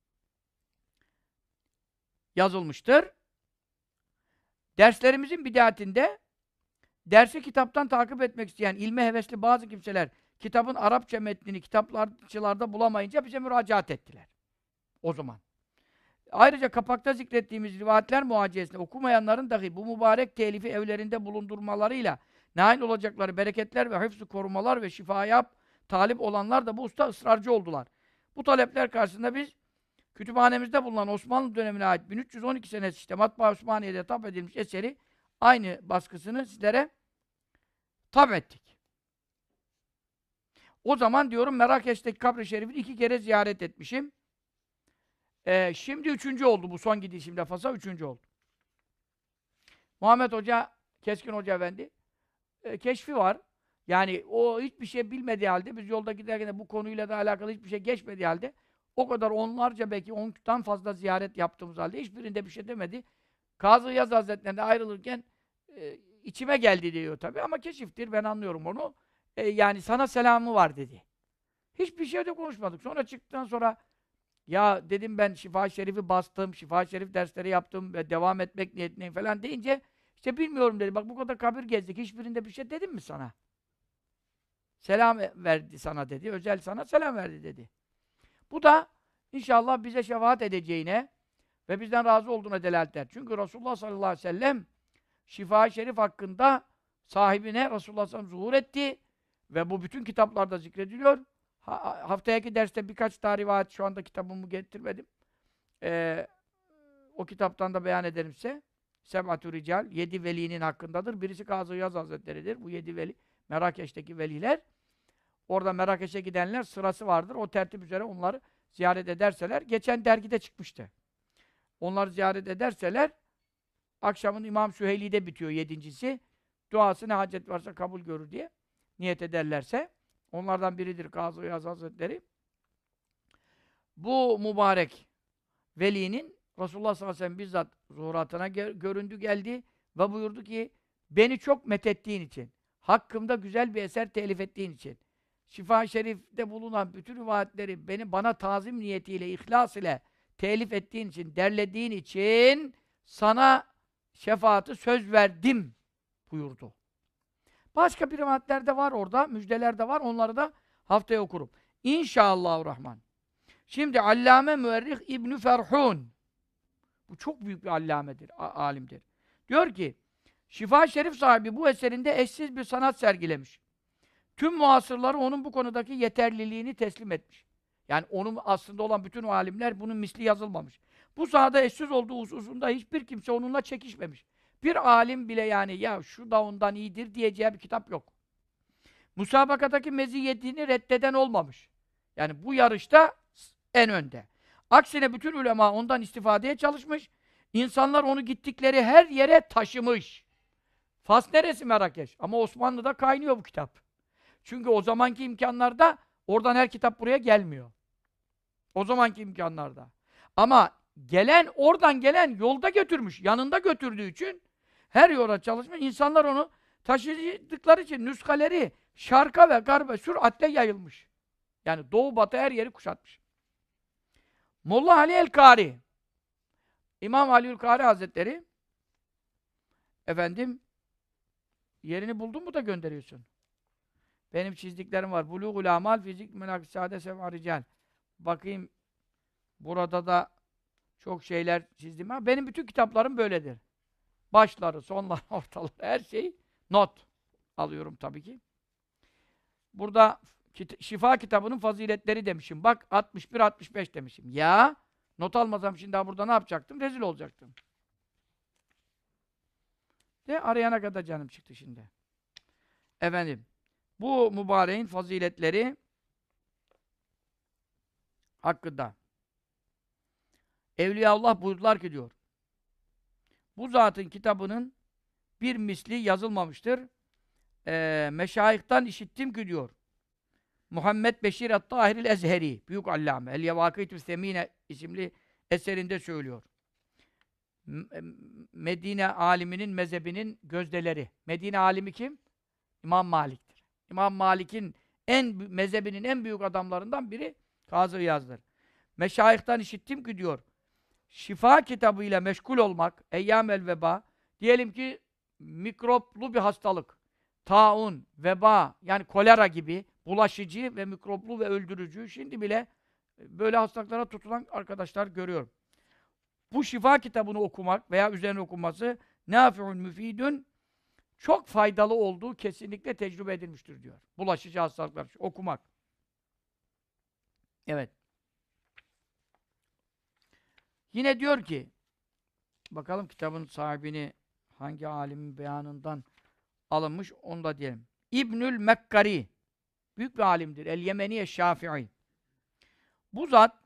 yazılmıştır. Derslerimizin bidayetinde dersi kitaptan takip etmek isteyen ilme hevesli bazı kimseler kitabın Arapça metnini kitapçılarda bulamayınca bize müracaat ettiler. O zaman. Ayrıca kapakta zikrettiğimiz rivayetler muhacesinde okumayanların dahi bu mübarek telifi evlerinde bulundurmalarıyla nail olacakları bereketler ve hıfzı korumalar ve şifaya talip olanlar da bu usta ısrarcı oldular. Bu talepler karşısında biz kütüphanemizde bulunan Osmanlı dönemine ait bin üç yüz on iki senesi işte Matbaa Osmaniye'de tap edilmiş eseri aynı baskısını sizlere tap ettik. O zaman diyorum Merakeş'teki kabri şerifini iki kere ziyaret etmişim. Ee, şimdi üçüncü oldu bu son gidişimde Fas'a üçüncü oldu. Muhammed Hoca, Keskin Hoca Efendi e, keşfi var. Yani o hiçbir şey bilmediği halde biz yolda giderken de bu konuyla da alakalı hiçbir şey geçmediği halde o kadar onlarca belki ondan fazla ziyaret yaptığımız halde hiçbirinde bir şey demedi. Kazı Yaz Hazretleri'nde ayrılırken e, içime geldi diyor tabii ama keşiftir, ben anlıyorum onu. E, yani sana selamı var dedi. Hiçbir şey de konuşmadık. Sonra çıktıktan sonra ya dedim ben Şifa-i Şerif'i bastım, Şifa-i Şerif dersleri yaptım ve devam etmek niyetindeyim falan deyince işte bilmiyorum dedi. Bak bu kadar kabir gezdik. Hiçbirinde bir şey dedim mi sana? Selam verdi sana dedi. Özel sana selam verdi dedi. Bu da inşallah bize şefaat edeceğine ve bizden razı olduğuna delalet eder. Çünkü Resulullah sallallahu aleyhi ve sellem Şifa-i Şerif hakkında sahibine Resulullah sallallahu aleyhi ve sellem zuhur etti ve bu bütün kitaplarda zikrediliyor. Ha, haftaki derste birkaç daha rivayet, şu anda kitabımı getirmedim. Ee, o kitaptan da beyan ederim size. Seb'atü rical, yedi velinin hakkındadır. Birisi Kazı Yaz Hazretleri'dir. Bu yedi veli, Merakeş'teki veliler. Orada Merakeş'e gidenler sırası vardır. O tertip üzere onları ziyaret ederseler, geçen dergide çıkmıştı. Onları ziyaret ederseler, akşamın İmam Süheyli'de bitiyor yedincisi. Duası ne hacet varsa kabul görür diye niyet ederlerse. Onlardan biridir Kazı Yaz Hazretleri. Bu mübarek velinin Resulullah sallallahu aleyhi ve sellem bizzat zuhuratına göründü geldi ve buyurdu ki beni çok methettiğin için, hakkımda güzel bir eser telif ettiğin için, Şifa-i Şerif'te bulunan bütün rivayetleri beni bana tazim niyetiyle, ihlas ile telif ettiğin için, derlediğin için sana şefaati söz verdim buyurdu. Başka bir rivayetler de var orada, müjdeler de var. Onları da haftaya okurum. İnşallahurrahman. Şimdi Allame Müerrih İbn Ferhun. Bu çok büyük bir allamedir, alimdir. Diyor ki, Şifa-i Şerif sahibi bu eserinde eşsiz bir sanat sergilemiş. Tüm muasırları onun bu konudaki yeterliliğini teslim etmiş. Yani onun aslında olan bütün o alimler bunun misli yazılmamış. Bu sahada eşsiz olduğu hususunda hiçbir kimse onunla çekişmemiş. Bir alim bile yani ya şu da ondan iyidir diyeceği bir kitap yok. Musabakadaki meziyetini reddeden olmamış. Yani bu yarışta en önde. Aksine bütün ulema ondan istifadeye çalışmış. İnsanlar onu gittikleri her yere taşımış. Fas neresi Merakeş? Ama Osmanlı'da kaynıyor bu kitap. Çünkü o zamanki imkanlarda oradan her kitap buraya gelmiyor. O zamanki imkanlarda. Ama gelen, oradan gelen yolda götürmüş. Yanında götürdüğü için her yola çalışmış. İnsanlar onu taşıdıkları için nüskaleri şarka ve garba süratle yayılmış. Yani doğu batı her yeri kuşatmış. Molla Ali el-Kari, İmam Ali el-Kari Hazretleri, efendim, yerini buldun mu da gönderiyorsun? Benim çizdiklerim var. Bulûgul Amal, Fizik, Menakisade, Sev'a Rical. Bakayım, burada da çok şeyler çizdim. Ha, benim bütün kitaplarım böyledir. Başları, sonları, ortaları, her şey not alıyorum tabii ki. Burada kit Şifa kitabının faziletleri demişim. Bak altmış bir altmış beş demişim. Ya not almasam şimdi daha burada ne yapacaktım? Rezil olacaktım. De arayana kadar canım çıktı şimdi. Efendim, bu mübareğin faziletleri hakkında Evliyaullah buyurdular ki diyor, bu zatın kitabının bir misli yazılmamıştır. Ee, meşayihtan işittim ki diyor, Muhammed Beşir et-Tahiril Ezheri, büyük allame, El-Yevâkîtü Semîne isimli eserinde söylüyor. Medine aliminin mezhebinin gözdeleri. Medine alimi kim? İmam Malik'tir. İmam Malik'in en mezhebinin en büyük adamlarından biri Kazı Yaz'dır. Meşayihtan işittim ki diyor, şifa kitabıyla meşgul olmak, eyyâmel veba, diyelim ki mikroplu bir hastalık, taun, veba, yani kolera gibi bulaşıcı ve mikroplu ve öldürücü, şimdi bile böyle hastalıklara tutulan arkadaşlar görüyorum. Bu şifa kitabını okumak veya üzerine okunması nâfi'un müfîdün, çok faydalı olduğu kesinlikle tecrübe edilmiştir diyor. Bulaşıcı hastalıklar için okumak. Evet. Yine diyor ki, bakalım kitabın sahibini hangi alimin beyanından alınmış, onu da diyelim. İbnül Mekkari, büyük bir alimdir. El-Yemeniye Şafii. Bu zat,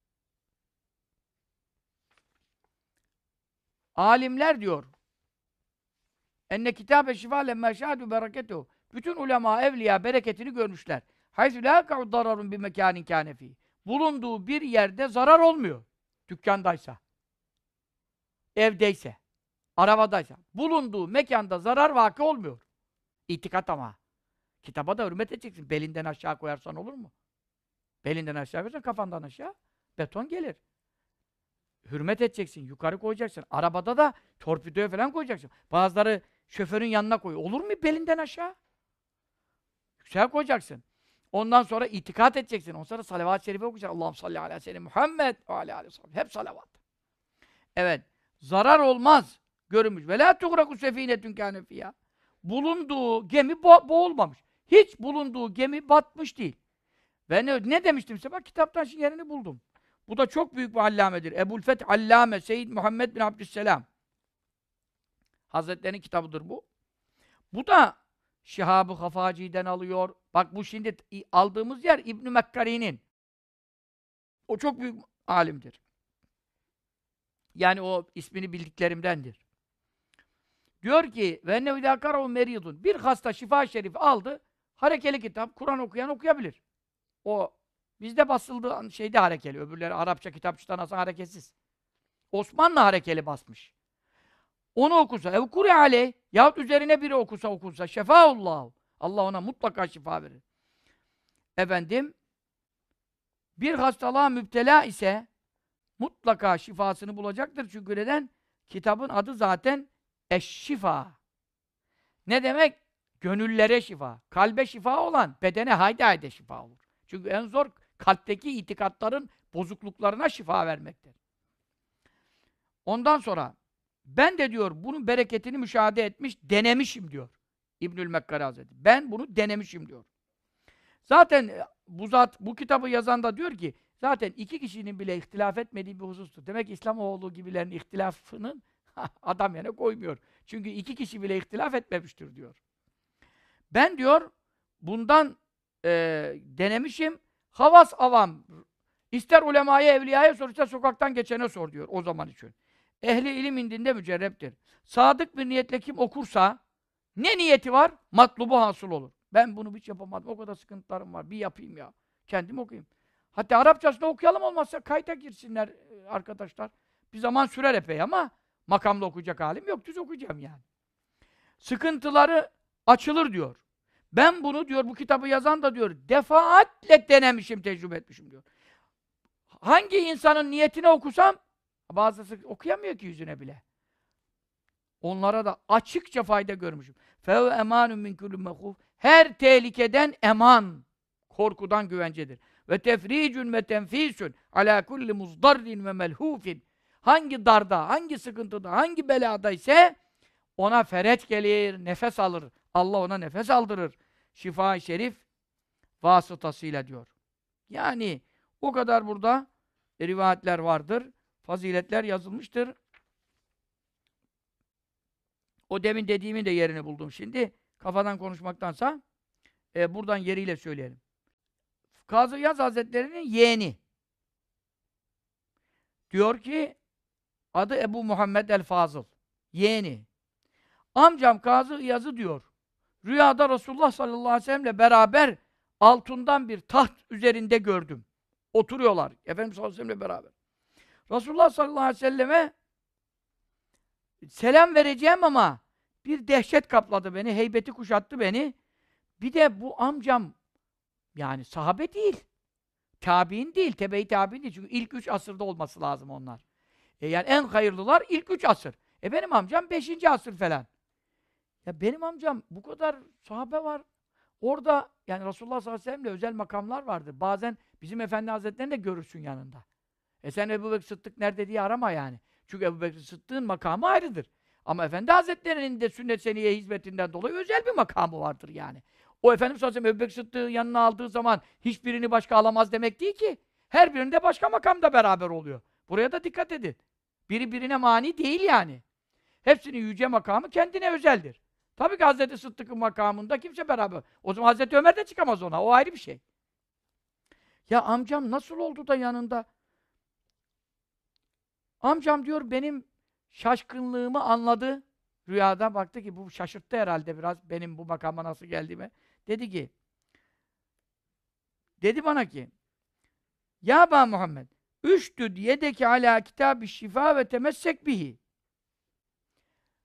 alimler diyor, enne kitabe şifa lemme şâdü bereketuhu. Bütün ulema, evliya bereketini görmüşler. Hayzü lâ ka'ud dararun bi mekânin kâne fî. Bulunduğu bir yerde zarar olmuyor. Dükkandaysa. Evdeyse. arabadaysa, bulunduğu mekanda zarar vakı olmuyor. İtikat ama. Kitaba da hürmet edeceksin. Belinden aşağı koyarsan olur mu? Belinden aşağı koyarsan kafandan aşağı beton gelir. Hürmet edeceksin, yukarı koyacaksın. Arabada da torpidoya falan koyacaksın. Bazıları şoförün yanına koyuyor. Olur mu belinden aşağı? Yüksek koyacaksın. Ondan sonra itikat edeceksin. Ondan sonra salavat-ı şerife okuyacaksın. Allah'ım salli ala seyyidina Muhammed ve ala aleyhi ve sellem. Hep salavat. Evet. Zarar olmaz. Görünmüş. Ve la tuğraku sefinetün kâne fiyâ. Bulunduğu gemi bo boğulmamış. Hiç bulunduğu gemi batmış değil. Ve ne, ne demiştim size? Bak kitaptan şimdi yerini buldum. Bu da çok büyük bir allamedir. Ebu'l-Feth Allame Seyyid Muhammed bin Abdüsselam Hazretleri'nin kitabıdır bu. Bu da Şihab-ı Hafaci'den alıyor. Bak bu şimdi aldığımız yer İbn-i Mekkari'nin. O çok büyük alimdir. Yani o ismini bildiklerimdendir. Diyor ki ve ennehu idâ karahu meridun. Bir hasta şifa şerifi aldı. Harekeli kitap, Kur'an okuyan okuyabilir. O bizde basıldığı şeyde harekeli. Öbürleri Arapça kitapçıdan alsan hareketsiz. Osmanlı harekeli basmış. Onu okusa, ev kuri aleyh yahut üzerine biri okusa okunsa şefaullahu. Allah ona mutlaka şifa verir. Efendim bir hastalığa müptela ise mutlaka şifasını bulacaktır. Çünkü neden? Kitabın adı zaten Eş-Şifa. Ne demek? Gönüllere şifa. Kalbe şifa olan bedene haydi haydi şifa olur. Çünkü en zor kalpteki itikatların bozukluklarına şifa vermektir. Ondan sonra ben de diyor bunun bereketini müşahede etmiş, denemişim diyor İbnül Mekkari Hazretleri. Ben bunu denemişim diyor. Zaten bu zat bu kitabı yazan da diyor ki zaten iki kişinin bile ihtilaf etmediği bir husustur. Demek ki İslamoğlu gibilerin ihtilafının adam yerine koymuyor. Çünkü iki kişi bile ihtilaf etmemiştir diyor. Ben diyor bundan e, denemişim. Havas avam. İster ulemaya, evliyaya sor, ister sokaktan geçene sor diyor o zaman için. Ehli ilim indinde mücerreptir. Sadık bir niyetle kim okursa ne niyeti var? Matlubu hasıl olur. Ben bunu hiç yapamadım. O kadar sıkıntılarım var. Bir yapayım ya. Kendim okuyayım. Hatta Arapçasını okuyalım olmazsa kayda girsinler arkadaşlar. Bir zaman sürer epey ama makamda okuyacak halim yok. Düz okuyacağım yani. Sıkıntıları açılır diyor. Ben bunu diyor bu kitabı yazan da diyor defaatle denemişim, tecrübe etmişim diyor. Hangi insanın niyetine okusam bazısı okuyamıyor ki yüzüne bile. Onlara da açıkça fayda görmüşüm. Fev emanun min kulli mehuf. Her tehlikeden eman, korkudan güvencedir. Ve tefricun ve tenfisun ala kulli muzdarrin ve melhufin. Hangi darda, hangi sıkıntıda, hangi belada ise ona feret gelir, nefes alır. Allah ona nefes aldırır. Şifa-i şerif vasıtasıyla diyor. Yani o kadar burada rivayetler vardır. Faziletler yazılmıştır. O demin dediğimin de yerini buldum şimdi. Kafadan konuşmaktansa e, buradan yeriyle söyleyelim. Kazı İyaz Hazretleri'nin yeğeni. Diyor ki adı Ebu Muhammed el-Fazıl. Yeğeni. Amcam Kazı İyaz'ı diyor. Rüyada Resulullah sallallahu aleyhi ve sellem'le beraber altından bir taht üzerinde gördüm. Oturuyorlar. Efendimiz sallallahu aleyhi ve sellem'le beraber. Resulullah sallallahu aleyhi ve selleme selam vereceğim ama bir dehşet kapladı beni, heybeti kuşattı beni. Bir de bu amcam yani sahabe değil, tabiin değil, tebe-i tabiin değil. Çünkü ilk üç asırda olması lazım onlar. E yani en hayırlılar ilk üç asır. E benim amcam beşinci asır falan. Ya benim amcam bu kadar sahabe var. Orada yani Resulullah sallallahu aleyhi ve sellem'le özel makamlar vardır. Bazen bizim Efendi Hazretleri'ni de görürsün yanında. E sen Ebu Bekir Sıddık nerede diye arama yani. Çünkü Ebu Bekir Sıddık'ın makamı ayrıdır. Ama Efendi Hazretleri'nin de sünnet seniyye hizmetinden dolayı özel bir makamı vardır yani. O Efendimiz sallallahu aleyhi ve sellem Ebu Bekir Sıddık'ı yanına aldığı zaman hiçbirini başka alamaz demek değil ki. Her birinde başka makamda beraber oluyor. Buraya da dikkat edin. Biri birine mani değil yani. Hepsinin yüce makamı kendine özeldir. Tabii ki Hazreti Sıddık'ın makamında kimse beraber. O zaman Hazreti Ömer de çıkamaz ona. O ayrı bir şey. Ya amcam nasıl oldu da yanında? Amcam diyor benim şaşkınlığımı anladı. Rüyada baktı ki bu şaşırttı herhalde biraz benim bu makama nasıl geldiğime. Dedi ki dedi bana ki ya ba Muhammed üştüd yedeki ala kitab-ı şifa ve temessek bihi.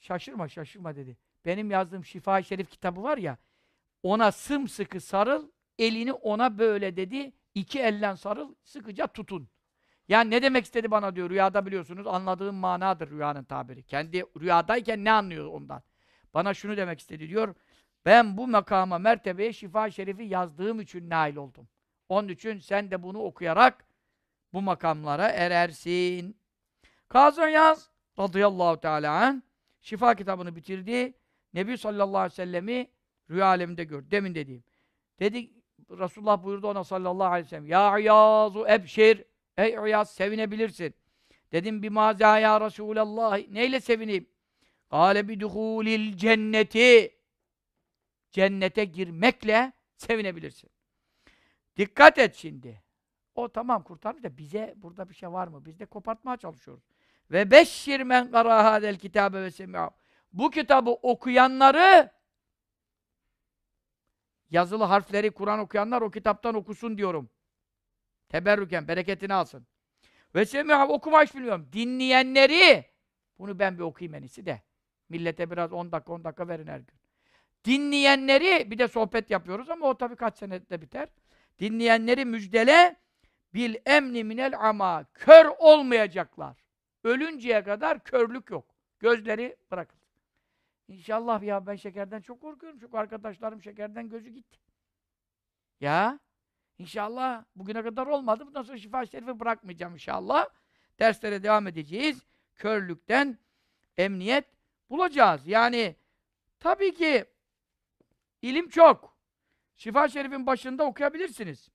şaşırma şaşırma dedi. Benim yazdığım Şifa-i Şerif kitabı var ya, ona sımsıkı sarıl, elini ona böyle dedi, iki elle sarıl, sıkıca tutun. Yani ne demek istedi bana diyor, rüyada biliyorsunuz anladığım manadır rüyanın tabiri. Kendi rüyadayken ne anlıyor ondan? Bana şunu demek istedi diyor, ben bu makama, mertebeye Şifa-i Şerif'i yazdığım için nail oldum. Onun için sen de bunu okuyarak bu makamlara erersin. Kazı İyaz radıyallahu teala anh Şifa kitabını bitirdi. Nebi sallallahu aleyhi ve sellemi rüya aleminde gördü. Demin dediğim. Dedi, Resulullah buyurdu ona sallallahu aleyhi ve sellem, ya İyazu ebşir, ey İyaz sevinebilirsin. Dedim, bir maza ya Resulallah, neyle sevineyim? Kâle biduhûlil cenneti, cennete girmekle sevinebilirsin. Dikkat et şimdi. O tamam kurtarmış da bize burada bir şey var mı? Biz de kopartmaya çalışıyoruz. Ve beşşir men qarâ hâzel kitâbe ve semî'â. Bu kitabı okuyanları, yazılı harfleri Kur'an okuyanlar o kitaptan okusun diyorum. Teberrüken, bereketini alsın. Ve semî'â, okuma hiç bilmiyorum. Dinleyenleri, bunu ben bir okuyayım en iyisi de. Millete biraz on dakika on dakika verin her gün. Dinleyenleri, bir de sohbet yapıyoruz ama o tabii kaç senede biter. Dinleyenleri müjdele, bil emni minel ama, kör olmayacaklar. Ölünceye kadar körlük yok. Gözleri bırakın. İnşallah ya, ben şekerden çok korkuyorum. Çünkü arkadaşlarım şekerden gözü gitti. Ya, inşallah bugüne kadar olmadı. Bundan sonra Şifa-i Şerif'i bırakmayacağım inşallah. Derslere devam edeceğiz. Körlükten emniyet bulacağız. Yani tabii ki ilim çok. Şifa-i Şerif'in başında okuyabilirsiniz.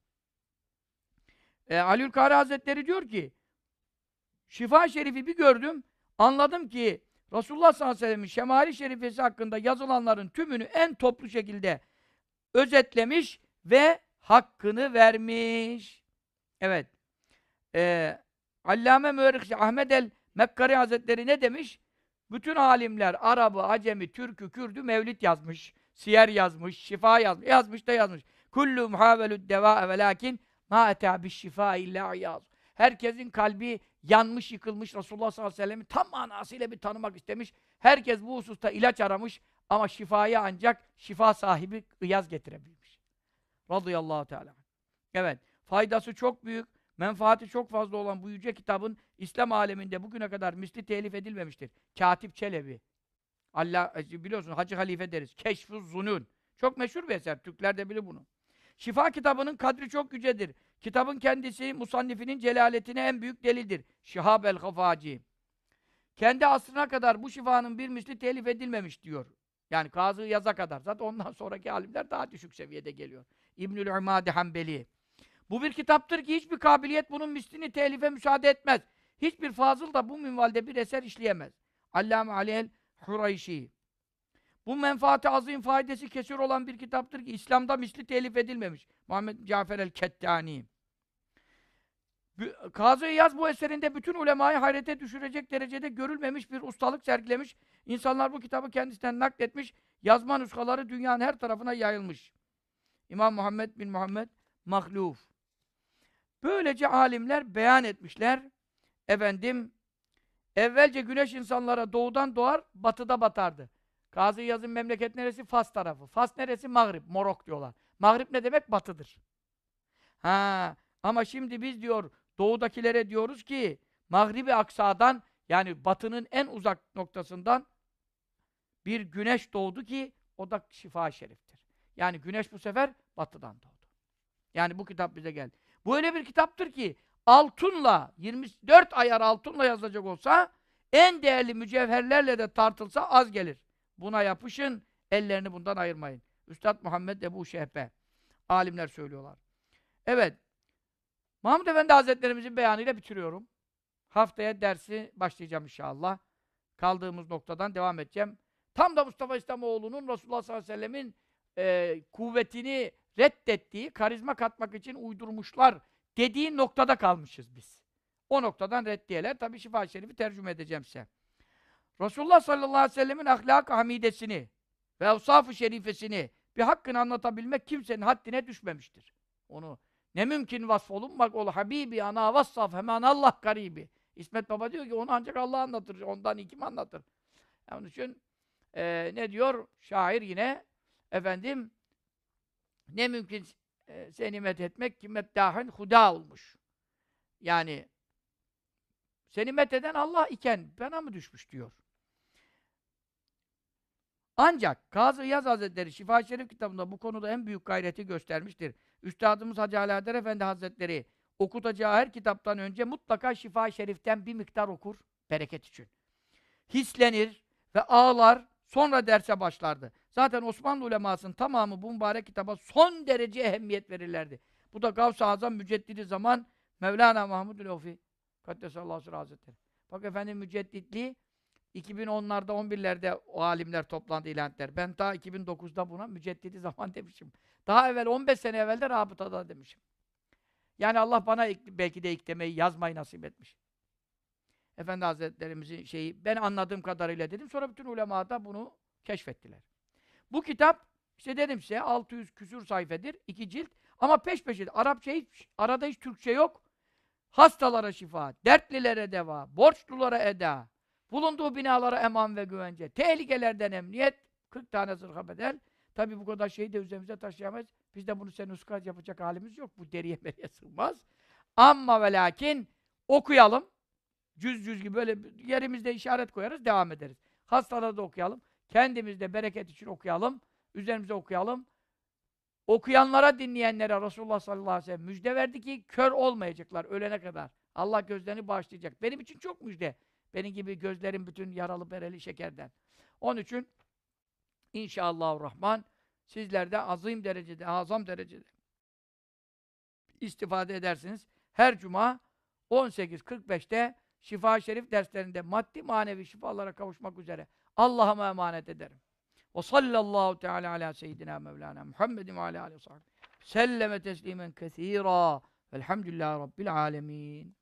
E, Aliülkari Hazretleri diyor ki, Şifa-i Şerif'i bir gördüm, anladım ki Resulullah sallallahu aleyhi ve sellem'in şemali şerifesi hakkında yazılanların tümünü en toplu şekilde özetlemiş ve hakkını vermiş. Evet. E, Allame Müerrikh Ahmed el-Mekkari Hazretleri ne demiş? Bütün alimler Arabı, Acemi, Türkü, Kürdü mevlid yazmış, siyer yazmış, şifa yazmış, yazmış da yazmış. Kullu muhavelud deva ve lakin ma eta biş şifa illa iyaz. Herkesin kalbi yanmış, yıkılmış, Resulullah sallallahu aleyhi ve sellem'i tam manasıyla bir tanımak istemiş. Herkes bu hususta ilaç aramış ama şifayı ancak şifa sahibi ıyaz getirebilmiş. Radıyallahu teala. Evet, faydası çok büyük, menfaati çok fazla olan bu yüce kitabın İslam aleminde bugüne kadar misli telif edilmemiştir. Katip Çelebi. Allah, biliyorsun Hacı Halife deriz. Keşf-ı Zunun. Çok meşhur bir eser. Türkler de bilir bunu. Şifa kitabının kadri çok yücedir. Kitabın kendisi musannifinin celaletine en büyük delildir. Şihab el-Hafaci. Kendi asrına kadar bu şifanın bir misli telif edilmemiş diyor. Yani Kazı Yaz'a kadar. Zaten ondan sonraki alimler daha düşük seviyede geliyor. İbnül İmâd-i Hanbeli. Bu bir kitaptır ki hiçbir kabiliyet bunun mislini telife müsaade etmez. Hiçbir fazıl da bu minvalde bir eser işleyemez. Allâme Aleyhel Hurayşi. Bu menfaati azim, faydası kesir olan bir kitaptır ki İslam'da misli telif edilmemiş. Muhammed Cafer el-Kettani. Kazı İyaz bu eserinde bütün ulemayı hayrete düşürecek derecede görülmemiş bir ustalık sergilemiş. İnsanlar bu kitabı kendisinden nakletmiş. Yazma nüshaları dünyanın her tarafına yayılmış. İmam Muhammed bin Muhammed Mahluf. Böylece alimler beyan etmişler. Efendim, evvelce güneş insanlara doğudan doğar, batıda batardı. Kazı İyaz'ın memleket neresi? Fas tarafı. Fas neresi? Mağrib, Morok diyorlar. Mağrib ne demek? Batıdır. Ha, ama şimdi biz diyor, doğudakilere diyoruz ki, Mağrib-i Aksa'dan, yani batının en uzak noktasından bir güneş doğdu ki, o da Şifa-i Şerif'tir. Yani güneş bu sefer batıdan doğdu. Yani bu kitap bize geldi. Bu öyle bir kitaptır ki, altınla, yirmi dört ayar altınla yazılacak olsa, en değerli mücevherlerle de tartılsa az gelir. Buna yapışın, ellerini bundan ayırmayın. Üstad Muhammed Ebu Şehbe. Alimler söylüyorlar. Evet. Mahmud Efendi Hazretlerimizin beyanıyla bitiriyorum. Haftaya dersi başlayacağım inşallah. Kaldığımız noktadan devam edeceğim. Tam da Mustafa İslamoğlu'nun Resulullah sallallahu aleyhi ve sellemin e, kuvvetini reddettiği, karizma katmak için uydurmuşlar dediği noktada kalmışız biz. O noktadan reddiyeler. Tabi Şifa-i Şerif'i tercüme edeceğim size. Resulullah sallallahu aleyhi ve sellemin ahlak-ı hamidesini ve evsaf-ı şerifesini bir hakkını anlatabilmek kimsenin haddine düşmemiştir. Onu ne mümkün vasfolunmak ol Habibi ana vassaf hemen Allah garibi. İsmet Baba diyor ki onu ancak Allah anlatır. Ondan kim anlatır? Onun için e, ne diyor şair yine? Efendim, ne mümkün e, seni methetmek ki meddahın huda olmuş. Yani seni metheden Allah iken bana mı düşmüş diyor. Ancak Kazı İyaz Hazretleri Şifa-i Şerif kitabında bu konuda en büyük gayreti göstermiştir. Üstadımız Hacı Ali Adar Efendi Hazretleri okutacağı her kitaptan önce mutlaka Şifa-i Şerif'ten bir miktar okur, bereket için. Hislenir ve ağlar, sonra derse başlardı. Zaten Osmanlı ulemasının tamamı bu mübarek kitaba son derece ehemmiyet verirlerdi. Bu da Gavs-ı Azam Müceddidi Zaman Mevlana Mahmud-ül Ofi Kaddesallahu Sirruhu Hazretleri. Bak efendim mücedditliği iki bin onlarda on birlerde o alimler toplandı ilan ettiler. Ben daha iki bin dokuzda buna müceddidi zaman demişim. Daha evvel on beş sene evvel de rabıtada demişim. Yani Allah bana belki de ilk demeyi yazmayı nasip etmiş. Efendi Hazretlerimizin şeyi ben anladığım kadarıyla dedim. Sonra bütün ulema da bunu keşfettiler. Bu kitap işte dedim size altı yüz küsur sayfedir. iki cilt. Ama peş peşe. Arapça hiç, arada hiç Türkçe yok. Hastalara şifa, dertlilere deva, borçlulara eda, bulunduğu binalara eman ve güvence, tehlikelerden emniyet, kırk tane zırha bedel. Tabi bu kadar şeyi de üzerimize taşıyamayız. Biz de bunu senuskaz yapacak halimiz yok. Bu deriye meriye sığmaz. Amma ve lakin okuyalım. Cüz cüz gibi böyle yerimizde işaret koyarız, devam ederiz. Hastalara da okuyalım. Kendimiz de bereket için okuyalım. Üzerimize okuyalım. Okuyanlara, dinleyenlere Resulullah sallallahu aleyhi ve sellem müjde verdi ki kör olmayacaklar ölene kadar. Allah gözlerini bağışlayacak. Benim için çok müjde. Benim gibi gözlerim bütün yaralı bereli şekerden. Onun için inşallahurrahman sizler de azim derecede, azam derecede istifade edersiniz. Her cuma on sekiz kırk beşte Şifa-i Şerif derslerinde maddi manevi şifalara kavuşmak üzere Allah'ıma emanet ederim. Ve sallallahu teala ala seyyidina Mevlana Muhammedin ve ala aleyhi ve selleme teslimen kethira velhamdülillahi rabbil alemin.